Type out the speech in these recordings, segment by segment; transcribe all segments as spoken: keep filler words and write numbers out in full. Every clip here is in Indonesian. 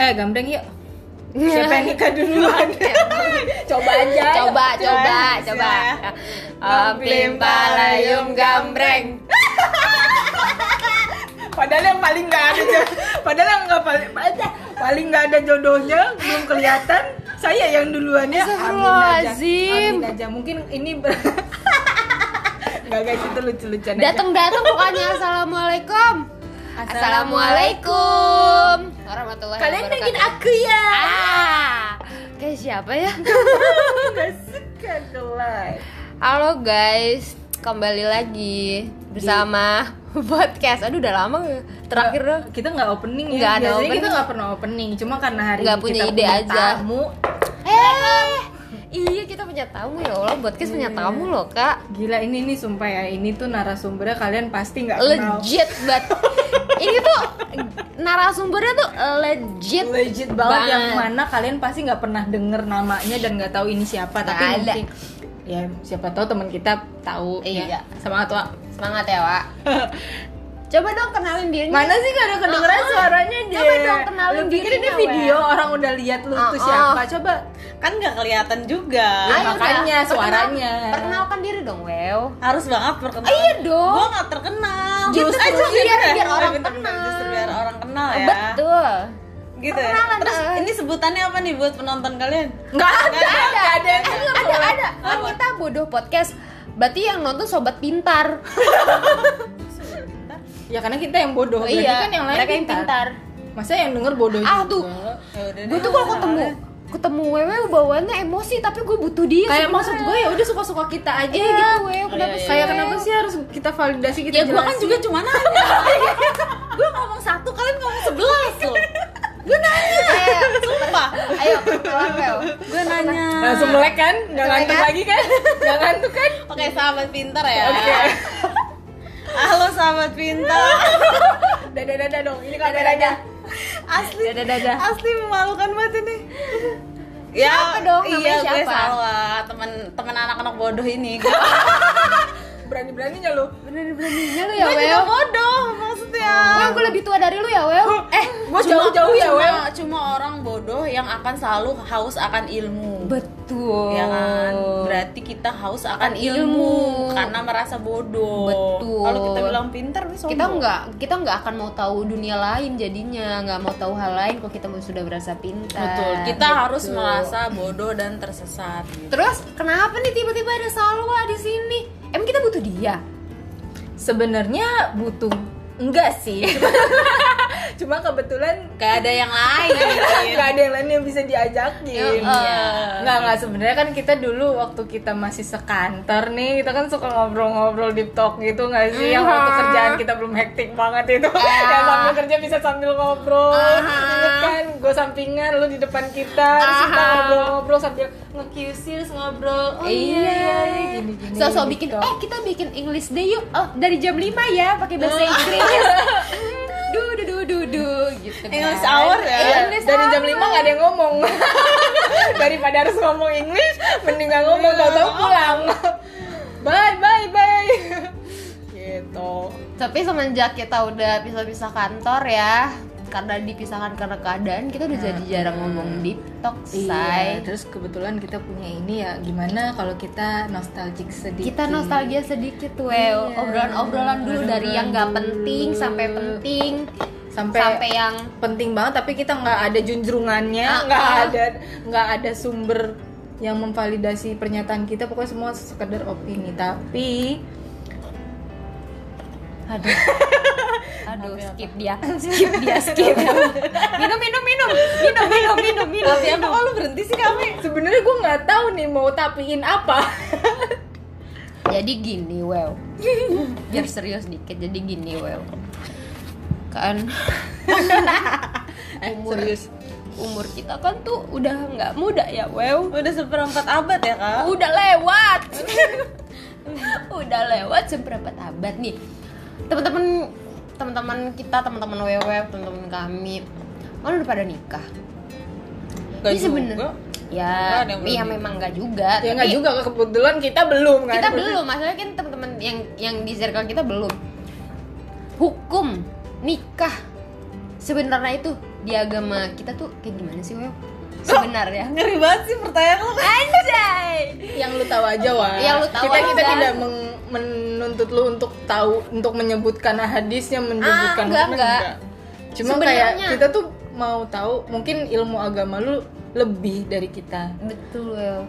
Eh, gambreng yuk. Siapa yang nikah duluan? Coba aja. Coba, coba, coba. Amplim palayum gambreng. Padahal yang paling nggak ada, padahal yang nggak paling, paling nggak ada jodohnya, belum kelihatan. Saya yang duluan ya. Amin aja. Amin aja. Mungkin ini ber... nggak guys, itu lucu-lucuan aja. Datang-datang pokoknya. Assalamualaikum. Assalamualaikum warahmatullahi wabarakatuh. Kalian bikin aku ya. Ah, kayak siapa ya? Gak suka gelap. Halo guys, kembali lagi bersama podcast. Aduh udah lama ya. Terakhir dong. Kita nggak opening ya. Nggak ada Biasanya opening. kita nggak pernah opening. Cuma karena hari Nggak ini punya kita ide punya aja. tamu. Eh, iya kita punya tamu ya Allah. Podcast punya tamu loh kak. Gila ini nih sumpah ya. Ini tuh narasumbernya kalian pasti nggak kenal. Legit banget. Ini tuh narasumbernya tuh legit. Legit banget, banget. Yang mana kalian pasti nggak pernah denger namanya dan nggak tahu ini siapa. Tapi Nggak ada. mungkin ya siapa tahu teman kita tahu. Iya. Ya. Semangat Wak. Semangat ya Wak. Coba dong kenalin dirinya. Mana sih gak ada kedengeran Uh-uh. suaranya aja. Coba dong kenalin Lu pikir ini dirinya, video orang udah lihat lu tuh Uh-uh. siapa. Coba Kan nggak kelihatan juga. Ya, Ayo makanya udah, suaranya. perkenal- Perkenalkan diri dong, Wew. Harus banget perkenalan. Iya dong. Gue nggak terkenal. Gitu, Justru justru biar- bener. biar orang Bener, bener, kenal. Justru biar orang kenal ya. Betul. Gitu ya. Perkenalan, Terus eh. ini sebutannya apa nih buat penonton kalian? nggak ada, Ada, nggak ada yang denger ada, loh. ada. Kan kita bodoh podcast. Berarti yang nonton sobat pintar. Ya karena kita yang bodoh. Berarti Iya, kan yang lain mereka yang pintar. Masa yang denger bodoh Ah, juga? tuh. Ya udah Gue deh. tuh kalau ketemu ketemu Wewe bawaannya emosi, tapi gue butuh dia. Kayak sebenarnya. maksud gue ya udah suka-suka kita aja Iya, gitu. Wewe, kenapa iya, sih? Kayak kenapa sih harus kita validasi, kita Ya gue kan jelasin? juga cuma nanya. Gue ngomong satu, kalian ngomong sebelas loh. Gue nanya. Ayo, Sumpah. ayo perkenalan Wew. Gue nanya. Langsung melek kan? Nggak Melek ngantuk kan? lagi kan? Nggak ngantuk kan? Oke, sahabat pintar ya. Oke. Halo sahabat pintar. Dadah-dadah dong, ini kameranya. Asli. Dadah-dadah. Asli memalukan banget ini. Siapa dong? Namanya Iya, gue siapa? salah. Teman teman anak-anak bodoh ini. Berani-beraninya lu. Berani-beraninya lu ya, Gue Wew. juga bodoh maksudnya. Wew, gue lebih tua dari lu ya, Wew. Eh, gua jauh-jauh ya, cuma, Wel. cuma orang bodoh yang akan selalu haus akan ilmu. Betul. Ya kan? Berarti kita haus akan Akan ilmu, ilmu. karena merasa bodoh. Betul. Kalau kita bilang pintar, we sombong. kita nggak kita nggak akan mau tahu dunia lain jadinya, nggak mau tahu hal lain kalau kita sudah berasa pintar. Betul. Kita Betul. harus merasa bodoh dan tersesat. Gitu. Terus kenapa nih tiba-tiba ada Salwa di sini? Emang kita butuh dia? Sebenarnya butuh enggak sih. Cuma kebetulan Gak ada yang lain. nggak ada yang lain yang bisa diajakin. Iya. Nggak nggak sebenarnya kan kita dulu waktu kita masih sekantor nih, kita kan suka ngobrol-ngobrol deep talk gitu nggak sih? Yang waktu kerjaan kita belum hektik banget itu, yang sambil kerja bisa sambil ngobrol. Ingat kan? Gue sampingan, lu di depan kita, terus kita Aha. ngobrol-ngobrol sambil nge-Q C ngobrol. Oh iya, iya, iya, gini-gini. Sosok deep bikin, talk. eh kita bikin English Day yuk. Oh dari jam lima ya pakai bahasa Inggris. Du du du du du gitu. kan. English hour ya? Iya, English Dari jam hour. lima nggak ada yang ngomong. Daripada harus ngomong English, mending nggak ngomong, tahu-tahu pulang. Bye bye bye. Gitu. Tapi semenjak kita udah pisah-pisah kantor ya, karena dipisahkan karena keadaan, kita udah jadi jarang ngomong deep talk, Iya. say. Terus kebetulan kita punya ini ya, gimana kalau kita nostalgic sedikit. Kita nostalgia sedikit, Wew. Iya. Obrolan-obrolan dulu dari Obrolan yang nggak dulu. penting sampai penting, sampai, sampai yang penting banget, tapi kita nggak ada junjrungannya, Ah, nggak ah. ada nggak ada sumber yang memvalidasi pernyataan kita. Pokoknya semua sekedar opini. Tapi aduh, aduh, skip dia, skip dia, skip. minum, minum, minum, minum, minum, minum, minum. Tapi apa kalau berhenti sih kami? sebenarnya gue nggak tahu nih mau tapiin apa. Jadi gini, Wew. Biar serius dikit. Jadi gini, Wew. Kan Eh, umur serius. umur kita kan tuh udah nggak muda ya, Wew. Udah seperempat abad ya kak? Udah lewat. Udah lewat seperempat abad nih. Teman-teman teman-teman kita, teman-teman W W, teman-teman kami kan udah pada nikah. Gak Ini sebenernya juga. ya, Nggak ada yang belum iya nikah. memang nggak juga. Ya nggak tapi juga, kebetulan kita belum kan. kita belum, masalahnya kan teman-teman yang yang di circle kita belum. Hukum nikah sebenarnya itu di agama kita tuh kayak gimana sih, Wel? Sebenarnya. Ngeri banget sih pertanyaan lo. Anjay. Yang lu tahu aja, Wak. Yang lu tahu kita kita aja. tidak meng- menuntut lu untuk tahu, untuk menyebutkan hadisnya, menyebutkan enggak, hukumnya, enggak. Cuma Sebenarnya. kayak kita tuh mau tahu mungkin ilmu agama lu lebih dari kita Betul, Wel.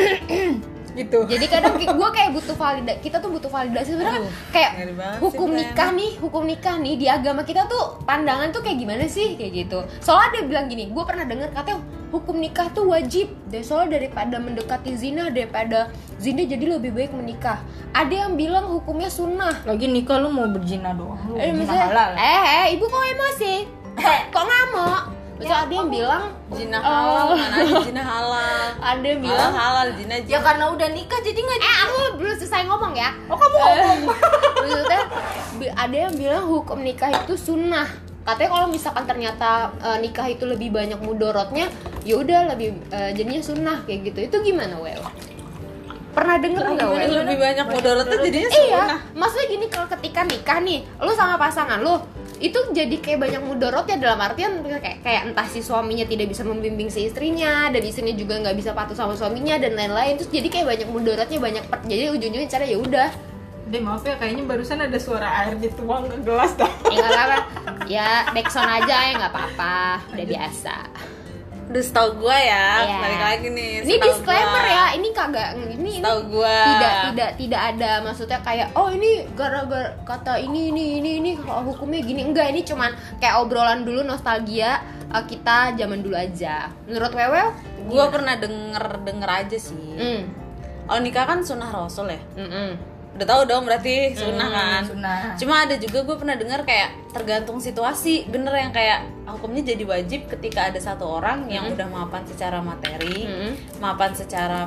gitu. Jadi kadang gue kayak butuh validasi, kita tuh butuh validasi sebenarnya kan kayak ngeri banget sih, hukum Bren. nikah nih, hukum nikah nih di agama kita tuh pandangan tuh kayak gimana sih kayak gitu. Soalnya dia bilang gini, gue pernah dengar katanya hukum nikah tuh wajib deh, soalnya daripada mendekati zina, daripada zina jadi lebih baik menikah. Ada yang bilang hukumnya sunnah. Lagi nikah lu mau berzina doang, lu Eh, berzina misalnya, halal. eh, eh, ibu kok emosi? Kok, kok ngamuk? Misalnya ada yang bilang Zina halal, Oh. mana ada zina halal. ada yang Halal bilang halal, zina Ya zina. karena udah nikah jadi nggak. Eh, aku belum selesai ngomong ya. Oh kamu ngomong. Maksudnya bi- ada yang bilang hukum nikah itu sunnah. Katanya kalau misalkan ternyata eh, nikah itu lebih banyak mudorotnya, ya udah lebih eh, jadinya sunnah kayak gitu. Itu gimana, Wel? Pernah denger nggak, Gimana Wel? lebih banyak mudaratnya jadinya Iya, sunnah. maksudnya gini, kalau ketika nikah nih, lu sama pasangan lu itu jadi kayak banyak mudorotnya, dalam artian kayak kayak entah si suaminya tidak bisa membimbing si istrinya, dan istrinya juga nggak bisa patuh sama suaminya dan lain-lain. Terus jadi kayak banyak mudorotnya, banyak per, jadi ujung-ujungnya cara ya udah. Deh maaf ya, kayaknya barusan ada suara air dituang ke gelas dah. Ya nggak apa-apa, ya backsound aja ya nggak apa-apa, udah biasa. Udah setahu gue ya, Iya. balik lagi nih. Ini setahu disclaimer gua. ya, ini kagak ini, ini Setahu gua. tidak tidak tidak ada maksudnya kayak oh ini gara-gara kata ini ini ini ini kalau hukumnya gini, enggak, ini cuman kayak obrolan dulu, nostalgia uh, kita zaman dulu aja. Menurut Wewel? Gue pernah denger denger aja sih. Hmm. Kalau nikah kan sunnah Rasul ya. Mm-mm. Udah tahu dong berarti sunnah Hmm, kan. Sunnah. Cuma ada juga gue pernah dengar kayak tergantung situasi, bener yang kayak hukumnya jadi wajib ketika ada satu orang yang Hmm. udah mapan secara materi, Hmm. mapan secara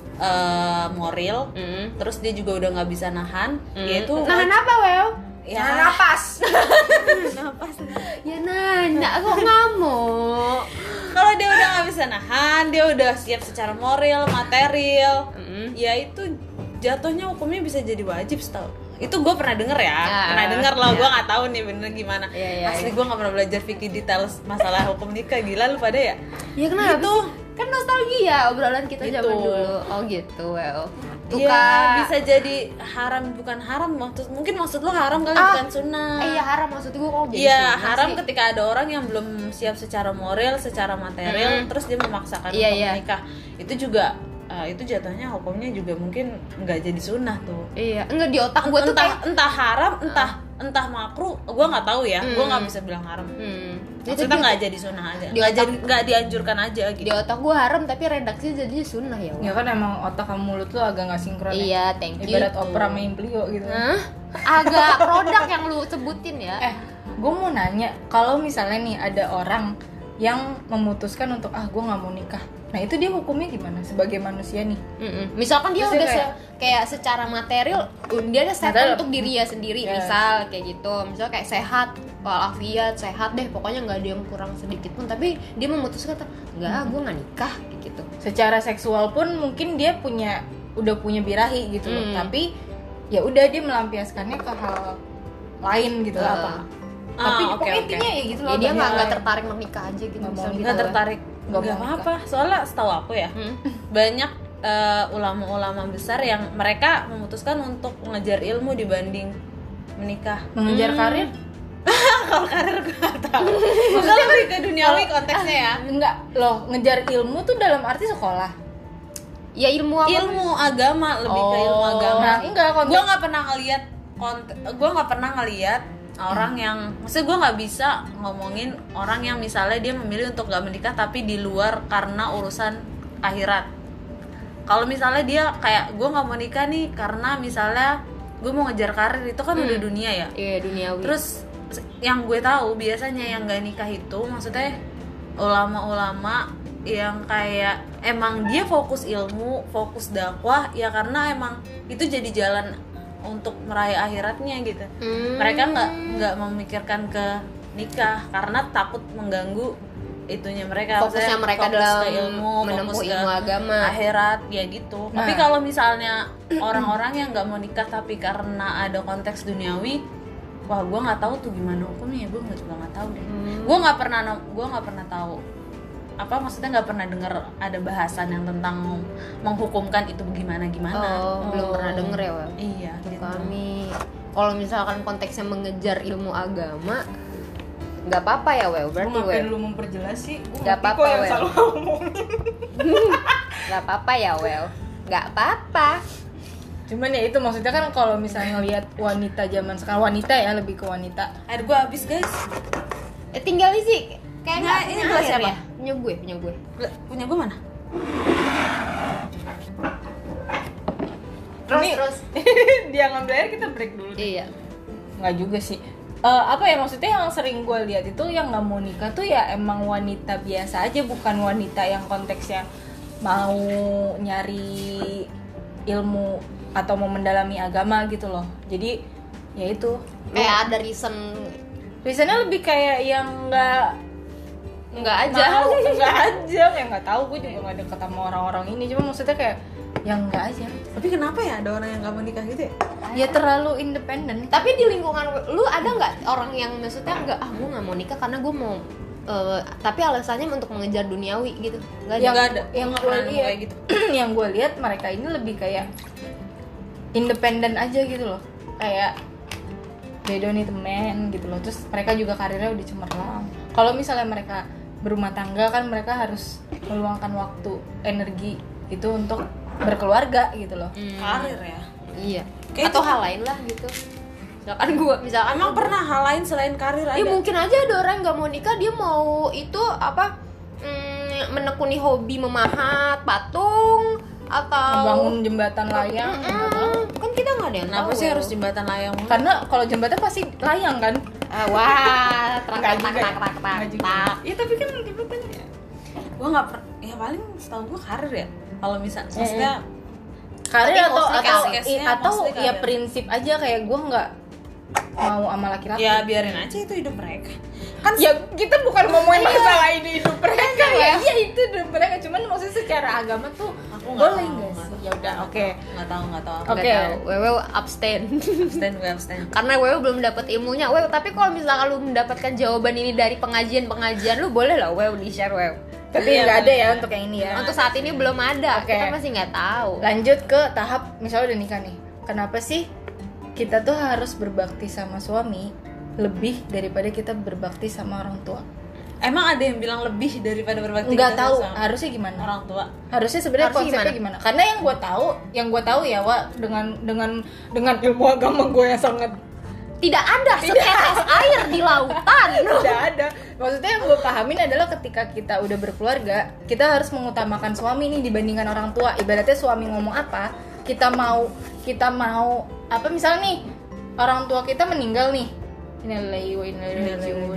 eh, moral, Mm-mm. terus dia juga udah nggak bisa nahan, Mm. yaitu Nahan apa, Wel? ya Nahan napas. napas. Ya nanya, kok ngamuk? Kalau dia udah nggak bisa nahan, dia udah siap secara moral, material, Mm-mm. ya itu jatuhnya hukumnya bisa jadi wajib, setahu itu gue pernah denger ya, Ya, pernah denger loh, ya. gue nggak tahu nih bener gimana. Ya, ya, Asli ya. gue nggak pernah belajar fikih detail masalah hukum nikah, gila lu pada ya. Ya kenapa Gitu. sih? Kan nostalgia obrolan kita Gitu. zaman dulu. Oh gitu, Well. Iya, bisa jadi haram bukan haram, maksud mungkin maksud lo haram kali, Ah, bukan sunnah. Eh, iya haram maksud gue kalau jadi Iya, sunnah haram sih. ketika ada orang yang belum siap secara moral, secara material, Mm-mm. terus dia memaksakan Iya, untuk iya. menikah. Itu juga eh, itu jatuhnya hukumnya juga mungkin nggak jadi sunnah tuh. Iya, enggak di otak gue tuh entah kayak entah haram, entah entah makruh, gue nggak tahu ya, gue Hmm. nggak bisa bilang haram. hmm. Maksudnya nggak jadi sunnah aja, Di nggak otak- jadi nggak dianjurkan aja Di gitu. otak gue haram tapi redaksi jadinya sunnah ya, Ya Wel. kan emang otak kamu mulut tuh agak nggak sinkron. ya. Iya, thank you. Ibarat opera main Plio gitu. Hah? Agak produk yang lu sebutin ya. Eh, gue mau nanya, kalau misalnya nih ada orang yang memutuskan untuk ah gue nggak mau nikah, nah itu dia hukumnya gimana sebagai manusia nih? Mm-mm. Misalkan dia Terus dia udah kayak- se- kayak secara material uh, dia ada set Material. untuk dirinya sendiri, Ya. misal kayak gitu, misal kayak sehat, walafiat, sehat deh, pokoknya nggak ada yang kurang sedikit pun, tapi dia memutuskan nggak, ah, gue nggak nikah kayak gitu. Secara seksual pun mungkin dia punya udah punya birahi gitu loh, Hmm. tapi ya udah dia melampiaskannya ke hal lain gitu Uh. apa? Ah, Tapi oke, pokoknya oke. intinya ya gitu loh. Ya dia nggak banyak nggak hal. tertarik menikah aja gitu, Nggak mau misal nikah. gitu. Nggak ya. tertarik, Nggak nggak mau apa-apa. Soalnya setahu aku ya, Hmm. banyak eh, ulama-ulama besar yang mereka memutuskan untuk mengejar ilmu dibanding menikah. mengejar Hmm. karir. Kalau karir gue nggak tahu. Kalau lebih ke duniawi konteksnya ya. Enggak loh, ngejar ilmu tuh dalam arti sekolah. Ya ilmu apa? Ilmu agama, lebih ke ilmu Oh. agama. Nah, enggak konteks. Gue nggak pernah ngelihat konten, gue nggak pernah ngelihat orang yang, maksudnya gue nggak bisa ngomongin orang yang misalnya dia memilih untuk nggak menikah tapi di luar karena urusan akhirat. Kalau misalnya dia kayak gue nggak mau nikah nih karena misalnya gue mau ngejar karir, itu kan Hmm. udah dunia ya. Iya, duniawi. Terus yang gue tahu biasanya yang gak nikah itu maksudnya ulama-ulama yang kayak emang dia fokus ilmu, fokus dakwah ya karena emang itu jadi jalan untuk meraih akhiratnya gitu. Hmm. Mereka nggak nggak memikirkan ke nikah karena takut mengganggu itunya mereka. Fokusnya Maksudnya mereka fokus dalam ke ilmu, menempuh fokus ke ilmu agama. akhirat ya gitu. Nah. Tapi kalau misalnya orang-orang yang nggak mau nikah tapi karena ada konteks duniawi, wah gue nggak tahu tuh gimana hukumnya, gue nggak juga nggak tahu deh. Hmm. Gue nggak pernah gue nggak pernah tahu apa maksudnya nggak pernah dengar ada bahasan yang tentang menghukumkan itu gimana gimana. Oh, belum pernah denger ya, Wel? Iya. Untuk Gitu. kami kalau misalkan konteksnya mengejar ilmu agama nggak apa-apa ya, Wel, berarti Gue Wel ngapain lu memperjelas sih? Gue Nggak ngerti apa-apa, kok yang Wel. selalu ngomongin. nggak apa-apa ya, Wel, nggak apa-apa. Cuman ya itu maksudnya kan kalau misalnya ngelihat wanita zaman sekarang, wanita ya lebih ke wanita. Air gue habis guys. Eh, tinggal isi kayak Nah, nggak ini punya gelas air siapa? ya? Punya gue, punya gue. Punya gue mana? Terus Ini- terus. Dia ngambil air, kita break dulu. Iya. Nggak juga sih. Eh, apa ya maksudnya yang sering gue lihat itu yang nggak mau nikah tuh ya emang wanita biasa aja, bukan wanita yang konteksnya mau nyari ilmu atau mau mendalami agama gitu loh. Jadi ya itu Kayak ada reason biasanya lebih kayak yang nggak nggak aja. mau, nggak aja yang nggak tahu, gue juga nggak deket sama orang-orang ini, cuma maksudnya kayak yang nggak aja. Tapi kenapa ya ada orang yang nggak mau nikah gitu ya? Ya terlalu independen. Tapi di lingkungan lu ada nggak orang yang maksudnya nggak, ah gue nggak mau nikah karena gue mau eh, tapi alasannya untuk mengejar duniawi gitu? Nggak ada. Yang Nggak ada. yang Nggak gue pernah nemu lihat kayak gitu. yang gue lihat mereka ini lebih kayak independen aja gitu loh, kayak they don't need a man gitu loh. Terus mereka juga karirnya udah cemerlang. Kalau misalnya mereka berumah tangga kan mereka harus meluangkan waktu, energi itu untuk berkeluarga gitu loh. Hmm. Karir ya. Iya. Kayak Atau itu- hal lain lah gitu. Misalkan gue, misalkan Emang pernah hal lain selain karir ada? ya mungkin aja ada orang nggak mau nikah, dia mau itu apa mm, menekuni hobi memahat patung atau Membangun jembatan layang. Mm-mm. Kan kita nggak ada yang Kenapa tahu sih ya. harus jembatan layang? Karena kalau jembatan pasti layang kan. Ah, wah, tak Nggak tak juga tak ya. tak tak Nggak juga. tak. Ya tapi kan jembatan ya. Gue nggak per, ya paling setahu gue karir ya. Kalau misal, maksudnya Karir Tapi atau mostly atau case-case-nya i- atau mostly ya karir. prinsip aja kayak gue nggak mau sama laki-laki. ya biarin aja itu hidup mereka. Kan Ya kita bukan ngomongin masalah ini hidup mereka ya. ya. Iya itu hidup mereka, cuman maksudnya secara agama tuh Aku nggak boleh tahu, nggak nggak sih? tahu. Ya udah, oke. nggak tahu nggak tahu. Oke. Nggak tahu. Wewe abstain. Stand gue abstain. Karena Wewe belum dapat ilmunya. Wewe, tapi kalau misalkan lu mendapatkan jawaban ini dari pengajian-pengajian lu, boleh lah Wewe di-share Wewe. Tapi Iya, nggak ada ya bener. untuk yang ini ya. Untuk saat ini belum ada. Oke. Kita masih nggak tahu. Lanjut ke tahap misalnya udah nikah nih. Kenapa sih kita tuh harus berbakti sama suami lebih daripada kita berbakti sama orang tua? Emang ada yang bilang lebih daripada berbakti Nggak kita tahu sama harusnya gimana. orang tua? Harusnya sebenarnya Harusnya konsepnya gimana? Karena yang gue tahu, yang gue tahu ya, Wak, dengan dengan dengan ilmu agama gue yang sangat Tidak ada setetes air di lautan. tidak ada. Maksudnya yang gue pahamin adalah ketika kita udah berkeluarga, kita harus mengutamakan suami nih dibandingkan orang tua. Ibaratnya suami ngomong apa, kita mau kita mau apa misalnya nih orang tua kita meninggal nih. Innalillahi wa inna ilaihi raji'un.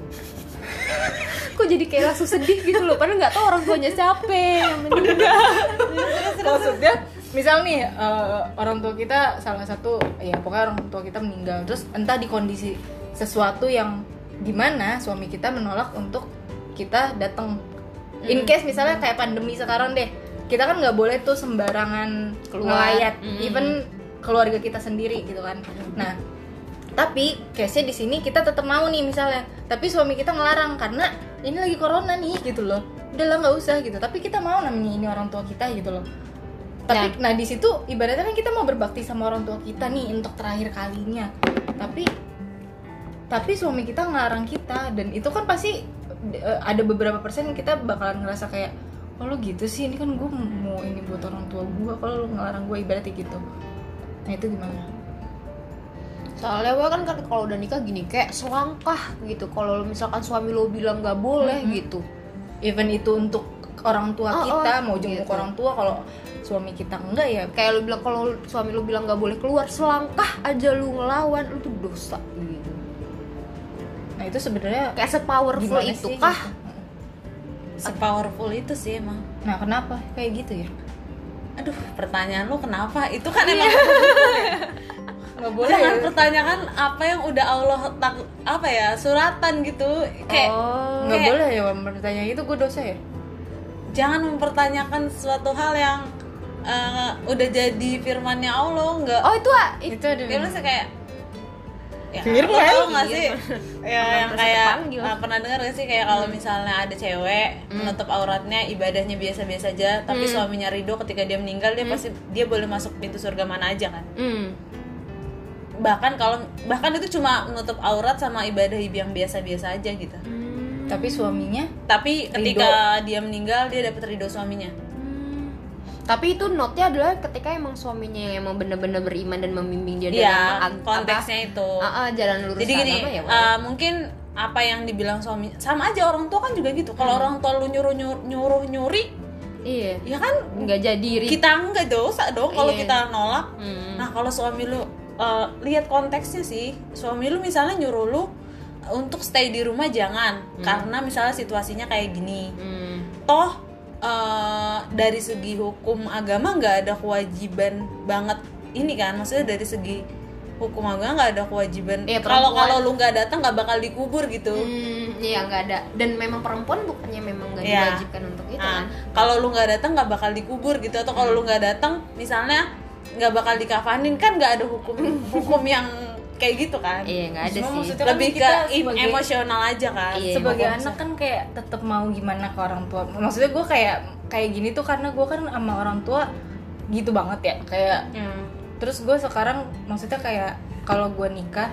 Kok jadi kayak langsung sedih gitu loh, padahal nggak tahu orang tuanya siapa yang meninggal. Maksudnya misal nih eh, orang tua kita salah satu ya pokoknya orang tua kita meninggal, terus entah di kondisi sesuatu yang dimana suami kita menolak untuk kita datang. In case misalnya kayak pandemi sekarang deh, kita kan nggak boleh tuh sembarangan Keluar. ngelayat, Mm. even keluarga kita sendiri gitu kan. Nah tapi case-nya di sini kita tetap mau nih misalnya, tapi suami kita ngelarang karena ini lagi corona nih gitu loh, udahlah nggak usah gitu, tapi kita mau namanya ini orang tua kita gitu loh. Tapi nah di situ ibaratnya kan kita mau berbakti sama orang tua kita nih untuk terakhir kalinya, tapi tapi suami kita ngelarang kita, dan itu kan pasti eh, ada beberapa persen kita bakalan ngerasa kayak, oh lo gitu sih, ini kan gue mau ini buat orang tua gue, kalau lo ngelarang gue ibaratnya gitu. Nah itu gimana? Soalnya gue kan kan kalau udah nikah gini kayak selangkah gitu. Kalau misalkan suami lo bilang nggak boleh Mm-hmm. gitu. Even itu untuk orang tua Oh, kita oh, mau jenguk gitu. orang tua, kalau suami kita enggak ya Kayak lo bilang kalau suami lo bilang nggak boleh keluar, selangkah aja lu ngelawan, lu tuh dosa gitu. nah itu sebenarnya Kayak sepowerful gimana itu sih kah? gitu. Sepowerful itu sih emang. Nah kenapa kayak gitu ya? Aduh, pertanyaan lu kenapa? Itu kan emang Nggak boleh jangan ya? pertanyakan apa yang udah Allah tak apa ya suratan gitu kayak Oh. Nggak kayak boleh ya bertanya itu, gue dosa ya? jangan mempertanyakan suatu hal yang eh, udah jadi firmannya Allah nggak Oh itu ah, Itu ada ya maksudnya kayak Ya, Firman. lo tau gak sih ya Aman yang terus kayak terpanggil. nah, pernah dengar gak sih kayak kalau misalnya ada cewek menutup auratnya, ibadahnya biasa-biasa aja, tapi suaminya ridho ketika dia meninggal, dia pasti dia boleh masuk pintu surga mana aja kan. Hmm. Bahkan kalau bahkan itu cuma menutup aurat sama ibadah yang biasa-biasa aja gitu. Tapi suaminya Tapi ketika dia meninggal, dia dapat ridho suaminya. Hmm. Tapi itu note-nya adalah ketika emang suaminya yang emang benar-benar beriman dan membimbing dia Iya, dalam ag- konteksnya apa, itu. uh, uh, jalan lurus Jadi gini, agama ya. Wak. uh, mungkin apa yang dibilang suami sama aja, orang tua kan juga gitu. Kalau orang tua lu nyuruh nyuruh, nyuruh nyuri, Iya. ya kan Nggak jadi ri- kita nggak dosa dong kalau Iya. kita nolak. Hmm. Nah kalau suami lu uh, lihat konteksnya sih, suami lu misalnya nyuruh lu untuk stay di rumah jangan, karena misalnya situasinya kayak gini. Hmm. Toh uh, dari segi hukum agama nggak ada kewajiban banget ini kan, maksudnya dari segi hukum agama nggak ada kewajiban. Iya, Kalau perempuan. kalau lu nggak datang nggak bakal dikubur gitu. Hmm, iya nggak ada. Dan memang perempuan bukannya memang nggak Iya. diwajibkan untuk itu Nah, kan. kalau lu nggak datang nggak bakal dikubur gitu, atau kalau lu nggak datang misalnya nggak bakal dikafanin, kan nggak ada hukum hukum yang kayak gitu kan. Iya nggak ada Cuma sih. maksudnya kan Lebih ke kita im- sebagai- emosional aja kan. Iya, sebagai makanya. anak kan kayak tetap mau gimana ke orang tua. Maksudnya gue kayak kayak gini tuh karena gue kan sama orang tua gitu banget ya, kayak Hmm. terus gue sekarang maksudnya kayak kalau gue nikah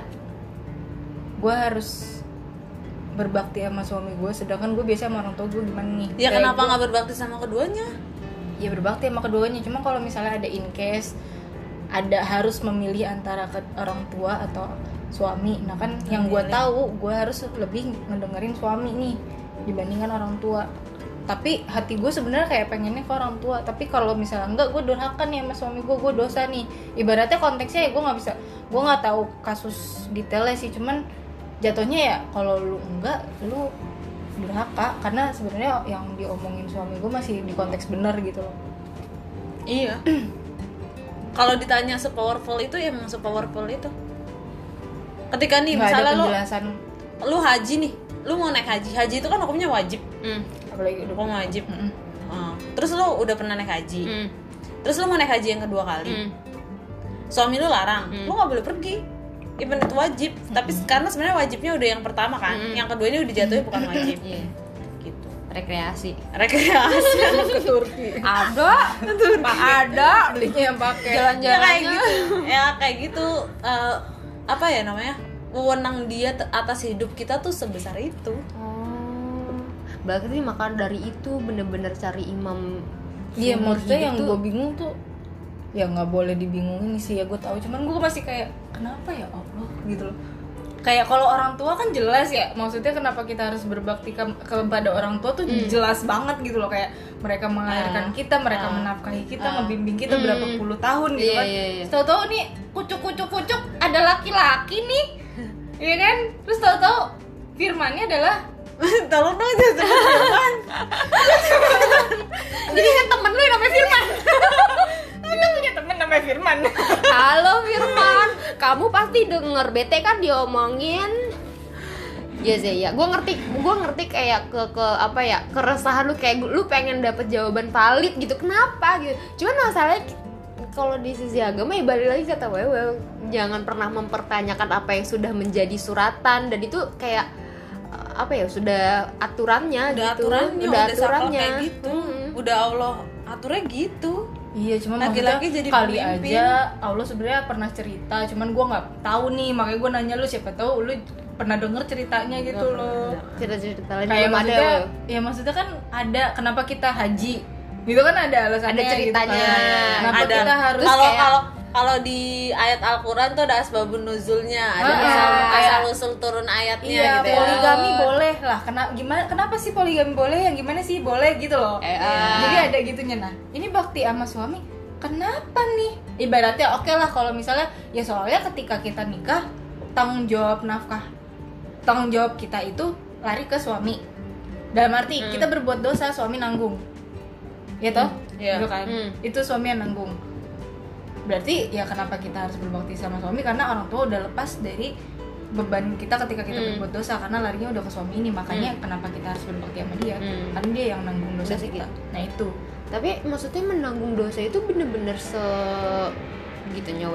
gue harus berbakti sama suami gue, sedangkan gue biasa sama orang tua gue gimana nih. Ya Kayak kenapa gua- nggak berbakti sama keduanya? ya berbakti sama keduanya, cuma kalau misalnya ada in case ada harus memilih antara ke orang tua atau suami, nah kan yang gue Memilih. tahu gue harus lebih ngedengerin suami nih dibandingkan orang tua. Tapi hati gue sebenarnya kayak pengennya ke orang tua, tapi kalau misalnya enggak, gue durhaka nih sama suami gue, gue dosa nih. Ibaratnya konteksnya ya gue nggak bisa, gue nggak tahu kasus detailnya sih, cuman jatuhnya ya kalau lu enggak, lu durhaka karena sebenarnya yang diomongin suami gue masih di konteks benar gitu loh. Iya. Kalau ditanya sepowerful itu, ya emang sepowerful itu. Ketika nih Nggak ada misalnya lu penjelasan, lu haji nih, lu mau naik haji, haji itu kan hukumnya wajib, Hmm. apalagi udah hukum wajib. Mm-mm. Uh, terus lu udah pernah naik haji, Hmm. terus lu mau naik haji yang kedua kali, Hmm. suami lu larang, lu nggak boleh pergi, even itu wajib. Tapi karena sebenarnya wajibnya udah yang pertama kan, yang kedua ini udah jatuhnya bukan wajib. Iya. Gitu. Rekreasi. Rekreasi. ke Turki Ada. Pak ada. belinya yang pakai Ya kayak Jalan-jalannya. gitu, ya kayak gitu. Uh, apa ya namanya? Wewenang dia te- atas hidup kita tuh sebesar itu. Oh. Berarti maka dari itu bener-bener cari imam. Iya, seumur maksudnya hidup yang tuh- gue bingung tuh ya nggak boleh dibingungin sih, ya gue tahu, cuman gue masih kayak kenapa ya Allah gitu loh. Kayak kalau orang tua kan jelas ya, maksudnya kenapa kita harus berbakti ke- kepada orang tua tuh jelas banget gitu loh, kayak mereka melahirkan kita, mereka menafkahi kita, ngebimbing kita berapa puluh tahun gitu Iya, kan. iya, iya. Tahu-tahu nih kucuk-kucuk-kucuk ada laki-laki nih, iya kan? Terus tahu-tahu firmannya adalah Tolong dong jangan sebut Firman. jadi kan temen lu yang namanya Firman. Kita punya temen namanya Firman. Halo Firman, kamu pasti denger bete kan diomongin. Ya sih ya, gue ngerti, gue ngerti kayak ke ke apa ya, keresahan lu, kayak lu pengen dapet jawaban valid gitu, kenapa gitu. Cuman masalahnya kalau di sisi agama ya balik lagi kata Wewe, jangan pernah mempertanyakan apa yang sudah menjadi suratan, dan itu kayak eh, apa ya, sudah aturannya Udah gitu, aturannya, udah udah saklek aturannya kayak gitu. Mm-mm. Udah Allah aturnya gitu. Iya, cuma Laki-laki maksudnya jadi kali pemimpin. aja Allah sebenarnya pernah cerita, cuman gue nggak tahu nih, makanya gue nanya lu, siapa tahu lu pernah denger ceritanya gitu loh. Cerita-cerita lain Kayak belum ada maksudnya, Wewe. ya maksudnya kan ada kenapa kita haji, gitu kan ada alasannya, Ada ceritanya. gitu kan. Kenapa Ada. kita harus Kalau kayak kalau kalau di ayat Al-Qur'an tuh ada asbabun nuzulnya, ada Ah, asal kayak- asal usul turun ayatnya iya, gitu ya. poligami boleh lah. Kenapa gimana kenapa sih poligami boleh, yang gimana sih boleh gitu loh. Eh, ah. Jadi ada gitunya. Nah, ini bakti sama suami. Kenapa nih? Ibaratnya oke lah kalau misalnya ya, soalnya ketika kita nikah, tanggung jawab nafkah, tanggung jawab kita itu lari ke suami. Dalam arti kita berbuat dosa, suami nanggung. Ya toh? Iya. Gitu kan? Hmm. Itu suami yang nanggung. Berarti ya kenapa kita harus berbakti sama suami? Karena orang tua udah lepas dari beban kita ketika kita Hmm. berbuat dosa, karena larinya udah ke suami ini. Makanya kenapa kita harus berbakti sama dia? Hmm. Karena dia yang nanggung dosa Dosa kita. kita. Nah itu. Tapi maksudnya menanggung dosa itu bener-bener se gitunya Web.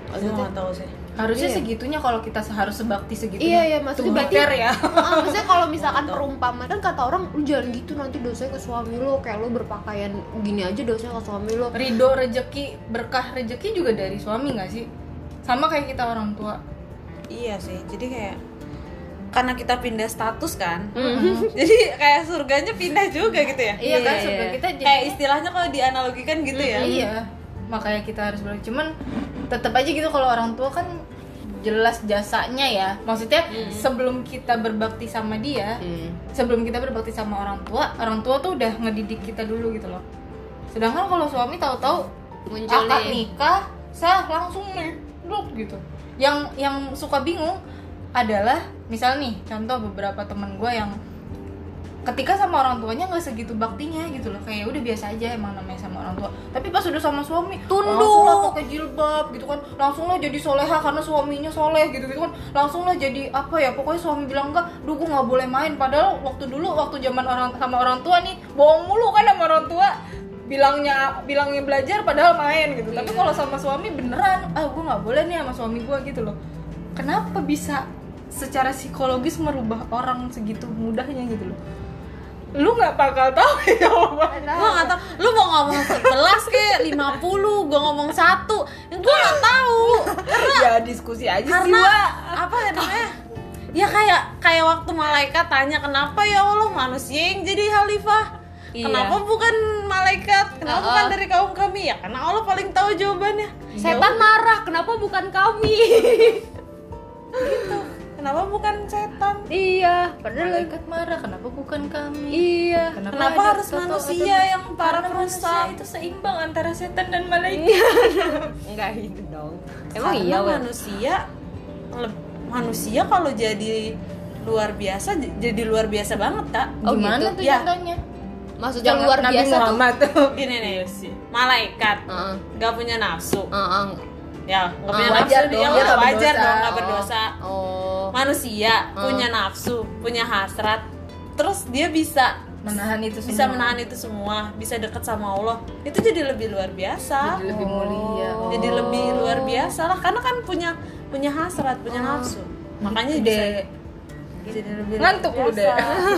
Gue nggak tahu sih. Harusnya Iya. segitunya kalau kita harus sebakti segitunya. Iya iya maksudnya To be berarti fair ya. Heeh, maksudnya kalau misalkan perumpamaan kan kata orang lu jangan gitu nanti dosanya ke suami lo, kayak lo berpakaian gini aja dosanya ke suami lo. Ridho rezeki, berkah rezeki juga dari suami nggak sih? Sama kayak kita orang tua. Iya sih, jadi kayak karena kita pindah status kan, Mhm. jadi kayak surganya pindah juga gitu ya. Iya kan, Iya, surga iya. kita jadi Kayak istilahnya kalau dianalogikan gitu ya. iya. Makanya kita harus belajar. Cuman tetap aja gitu kalau orang tua kan jelas jasanya ya. Maksudnya sebelum kita berbakti sama dia, Hmm. sebelum kita berbakti sama orang tua, orang tua tuh udah ngedidik kita dulu gitu loh. Sedangkan kalau suami tahu-tahu Muncul akad nih. nikah sah langsung nih, blok gitu. Yang yang suka bingung adalah misal nih contoh beberapa teman gue yang ketika sama orang tuanya nggak segitu baktinya gitu loh, kayak udah biasa aja emang namanya sama orang tua, tapi pas udah sama suami Tunduk. langsung lah pakai jilbab gitu kan, langsung lah jadi soleha karena suaminya soleh gitu gitu kan, langsung lah jadi apa ya, pokoknya suami bilang enggak, duh gue nggak boleh main, padahal waktu dulu waktu zaman orang sama orang tua nih bohong mulu kan sama orang tua, bilangnya bilangnya belajar padahal main gitu. Tapi kalau sama suami beneran, ah gue nggak boleh nih sama suami gue gitu loh. Kenapa bisa secara psikologis merubah orang segitu mudahnya gitu loh? Lu nggak bakal tahu ya jawaban. Gue nggak tahu. Lu mau ngomong sebelas ke lima puluh, gue ngomong satu, gue nggak tahu. Ya diskusi aja sih Karena Wak. apa ya namanya? Ya kayak kayak waktu malaikat tanya kenapa ya Allah manusia yang jadi khalifah. Iya. Kenapa bukan malaikat? Kenapa Uh-uh. bukan dari kaum kami? Ya karena Allah paling tahu jawabannya. Setan marah, kenapa bukan kami? Gitu. Kenapa bukan setan? Iya, padahal Malaikat marah, kenapa bukan kami? iya. Kenapa ada harus satu- manusia satu- yang para karena manusia perusak? itu seimbang antara setan dan malaikat. Enggak gitu dong. Emang Karena iya, Wel? manusia leb- manusia kalau jadi luar biasa j- jadi luar biasa banget, Kak. Oh, Gimana gitu? tuh Ya. contohnya? Maksudnya Jangan luar Nabi biasa tuh. Muhammad tuh. Gini nih, malaikat Heeh. nggak punya nafsu. Heeh. Ya, nggak punya Ah, nafsu wajar dia dong, nggak dia nggak wajar berdosa. dong nggak Oh. berdosa. Oh. Manusia Ah. punya nafsu, punya hasrat, terus dia bisa Menahan itu semua. bisa menahan itu semua, bisa dekat sama Allah. Itu jadi lebih luar biasa. Jadi lebih mulia. Oh. Jadi lebih luar biasa lah karena kan punya punya hasrat, punya nafsu. Makanya Gitu bisa deh. jadi lebih luar Ngantuk lu biasa. deh.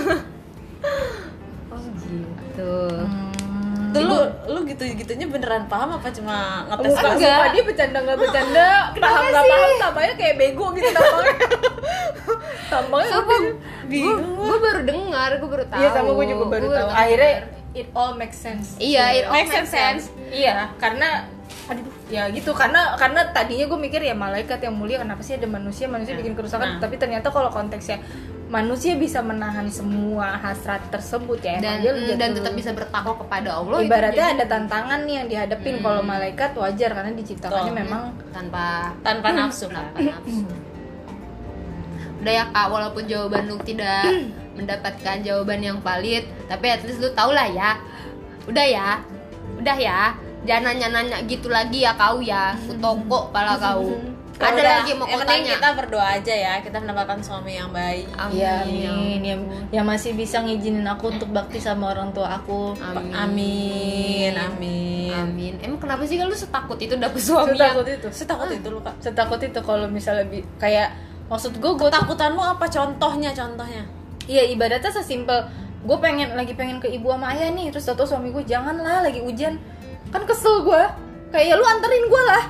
Oh gitu. Hmm. Tuh lu lu gitu-gitunya beneran paham apa cuma ngetes Muka, aja? muka dia bercanda nggak bercanda, paham nggak paham, tampaknya kayak bego gitu tampaknya. Tampaknya Sumpah, gue bingung. gue baru dengar, gue baru tahu. Iya sama gue juga baru Gua tahu. dengar. Akhirnya it all makes sense. Iya, it all Makes makes sense. sense. Iya, karena aduh, ya gitu karena karena tadinya gue mikir ya malaikat yang mulia, kenapa sih ada manusia manusia bikin kerusakan, Nah. tapi ternyata kalau konteksnya manusia bisa menahan semua hasrat tersebut ya, Dan emang dia mm, dan jatuh- tetap bisa bertakwa kepada Allah. itu ibaratnya jadi ada tantangan nih yang dihadapin. Hmm. Kalau malaikat wajar karena diciptakannya Betul. memang tanpa Tanpa nafsu. tanpa nafsu. Udah ya Kak, walaupun jawaban lu tidak mendapatkan jawaban yang valid, tapi at least lu tau lah ya. Udah ya, udah ya. Jangan nanya-nanya gitu lagi ya kau ya. Utoko pala kau. Ada Udah, lagi mau yang kau penting tanya. kita berdoa aja ya, kita mendapatkan suami yang baik. Amin. ya amin yang, yang masih bisa ngizinin aku untuk bakti sama orang tua aku. Amin. Amin, amin. Amin. Emang kenapa sih kan lu setakut itu dapet suami Setakut yang itu. Setakut itu lu, Kak. Setakut itu kalau misalnya bi- kayak maksud gue gue tuh Ketakutan lu apa contohnya? Contohnya. iya ibaratnya sesimpel gue pengen lagi pengen ke ibu sama ayah nih, terus tau suami gue janganlah lagi hujan, kan kesel gue kayak ya lu anterin gue lah.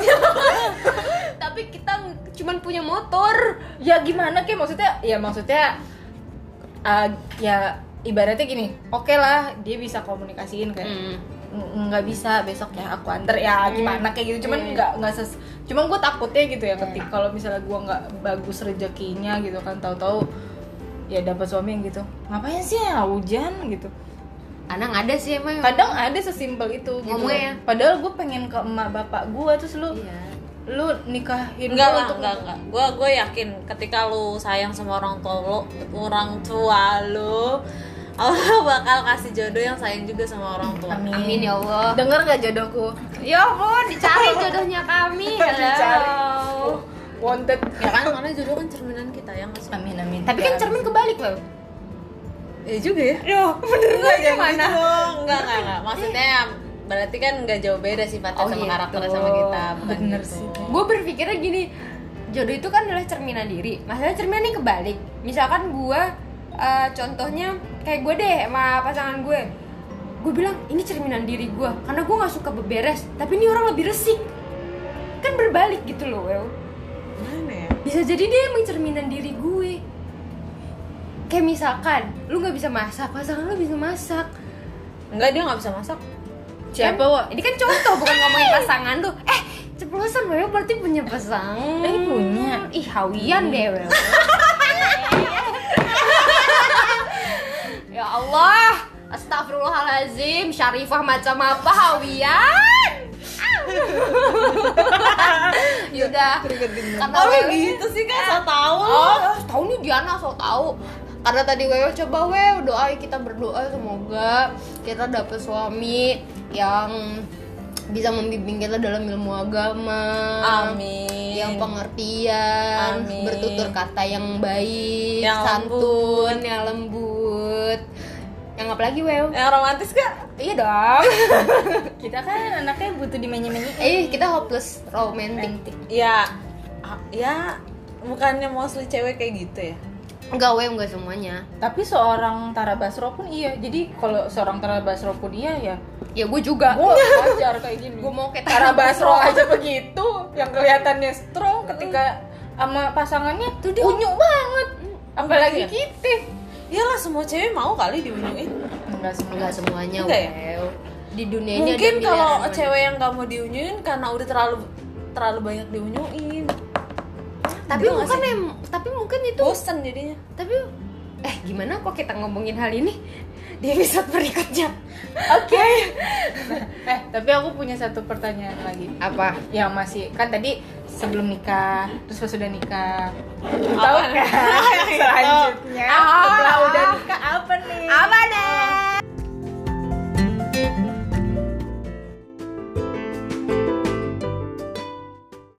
tapi kita cuman punya motor. Ya gimana kayak maksudnya ya maksudnya uh, ya ibaratnya gini, oke lah dia bisa komunikasiin kayak Hmm. "Ng- nggak bisa besok ya aku anter ya gimana kayak gitu, cuman Hmm. nggak nggak ses cuman gue takutnya gitu ya ketika kalau misalnya gue nggak bagus rezekinya gitu kan, tahu-tahu ya dapat suami yang gitu ngapain sih ya hujan gitu. Kadang ada sih emang. Kadang ada sesimpel itu gitu. Ngomongnya ya? Padahal gue pengen ke emak bapak gue, terus lu Iya. lu nikahin Enggak gua lah, untuk enggak, enggak. Gue gue yakin ketika lu sayang sama orang tua lu, orang tua lu, Allah bakal kasih jodoh yang sayang juga sama orang tua. Amin. Amin ya Allah. Denger gak jodohku? Ya Allah, dicari jodohnya kami. Dicari. Halo. Wanted. Ya kan, karena jodoh kan cerminan kita yang nggak sih? Amin amin. Tapi kan cermin kebalik, Bang. Ya juga ya. Yo, bener Enggak, jangan gitu dong. Enggak, enggak, enggak. Maksudnya berarti kan nggak jauh beda sifatnya Oh, sama gitu. karakternya sama kita, bukan Bener gitu. sih. Gue berpikirnya gini, jodoh itu kan adalah cerminan diri. Masalahnya cerminan ini kebalik. Misalkan gue, uh, contohnya kayak gue deh sama pasangan gue, gue bilang ini cerminan diri gue karena gue nggak suka beberes, tapi ini orang lebih resik, kan berbalik gitu loh. Well, Gimana ya? bisa jadi dia emang cerminan diri gue. Kayak misalkan lu nggak bisa masak, pasangan lu bisa masak. Enggak, dia nggak bisa masak. Siapa, Kan- Wak? Ini kan contoh, bukan ngomongin pasangan lu. Eh, ceplosan Wew berarti punya pasangan. Eh, punya. Ih, hawian deh Wew. Ya Allah, astagfirullahalazim, Syarifah macam apa hawian? Yaudah, karena Oh Wew- gitu sih kan, so tau. Oh, tahu nih Diana, so tahu. Karena tadi Wewe coba Wewe doa, kita berdoa semoga kita dapet suami yang bisa membimbing kita dalam ilmu agama. Amin. Yang pengertian, Amin. bertutur kata yang baik, Yang santun, yang lembut. Yang apa lagi Wewe? Yang romantis gak? Iya dong. Kita kan anaknya butuh dimenye-menye. Eh, kita hopeless romantic. Ya, ah, ya bukannya mostly cewek kayak gitu ya? Enggak Wewe, enggak semuanya. Tapi seorang Tara Basro pun iya. Jadi kalau seorang Tara Basro pun iya ya. Ya gue juga. Gue wajar kayak gini. Gue mau kayak Tara Basro aja begitu, yang kelihatannya strong ketika sama pasangannya Tuh dia- unyu banget. Apalagi Iya. kita. Iyalah, semua cewek mau kali diunyuin. Enggak semua. Enggak semuanya Enggak ya? Wewe. Di dunia ini Mungkin ada kalau miliaran cewek yang gak mau diunyuin karena udah terlalu terlalu banyak diunyuin. tapi Gitu nggak bukan sih? em, tapi mungkin itu Bosen jadinya. tapi eh gimana kok kita ngomongin hal ini di episode berikutnya. Oke. eh, tapi aku punya satu pertanyaan lagi. Apa? Yang masih kan tadi sebelum nikah, terus pas sudah nikah. Tahu kan?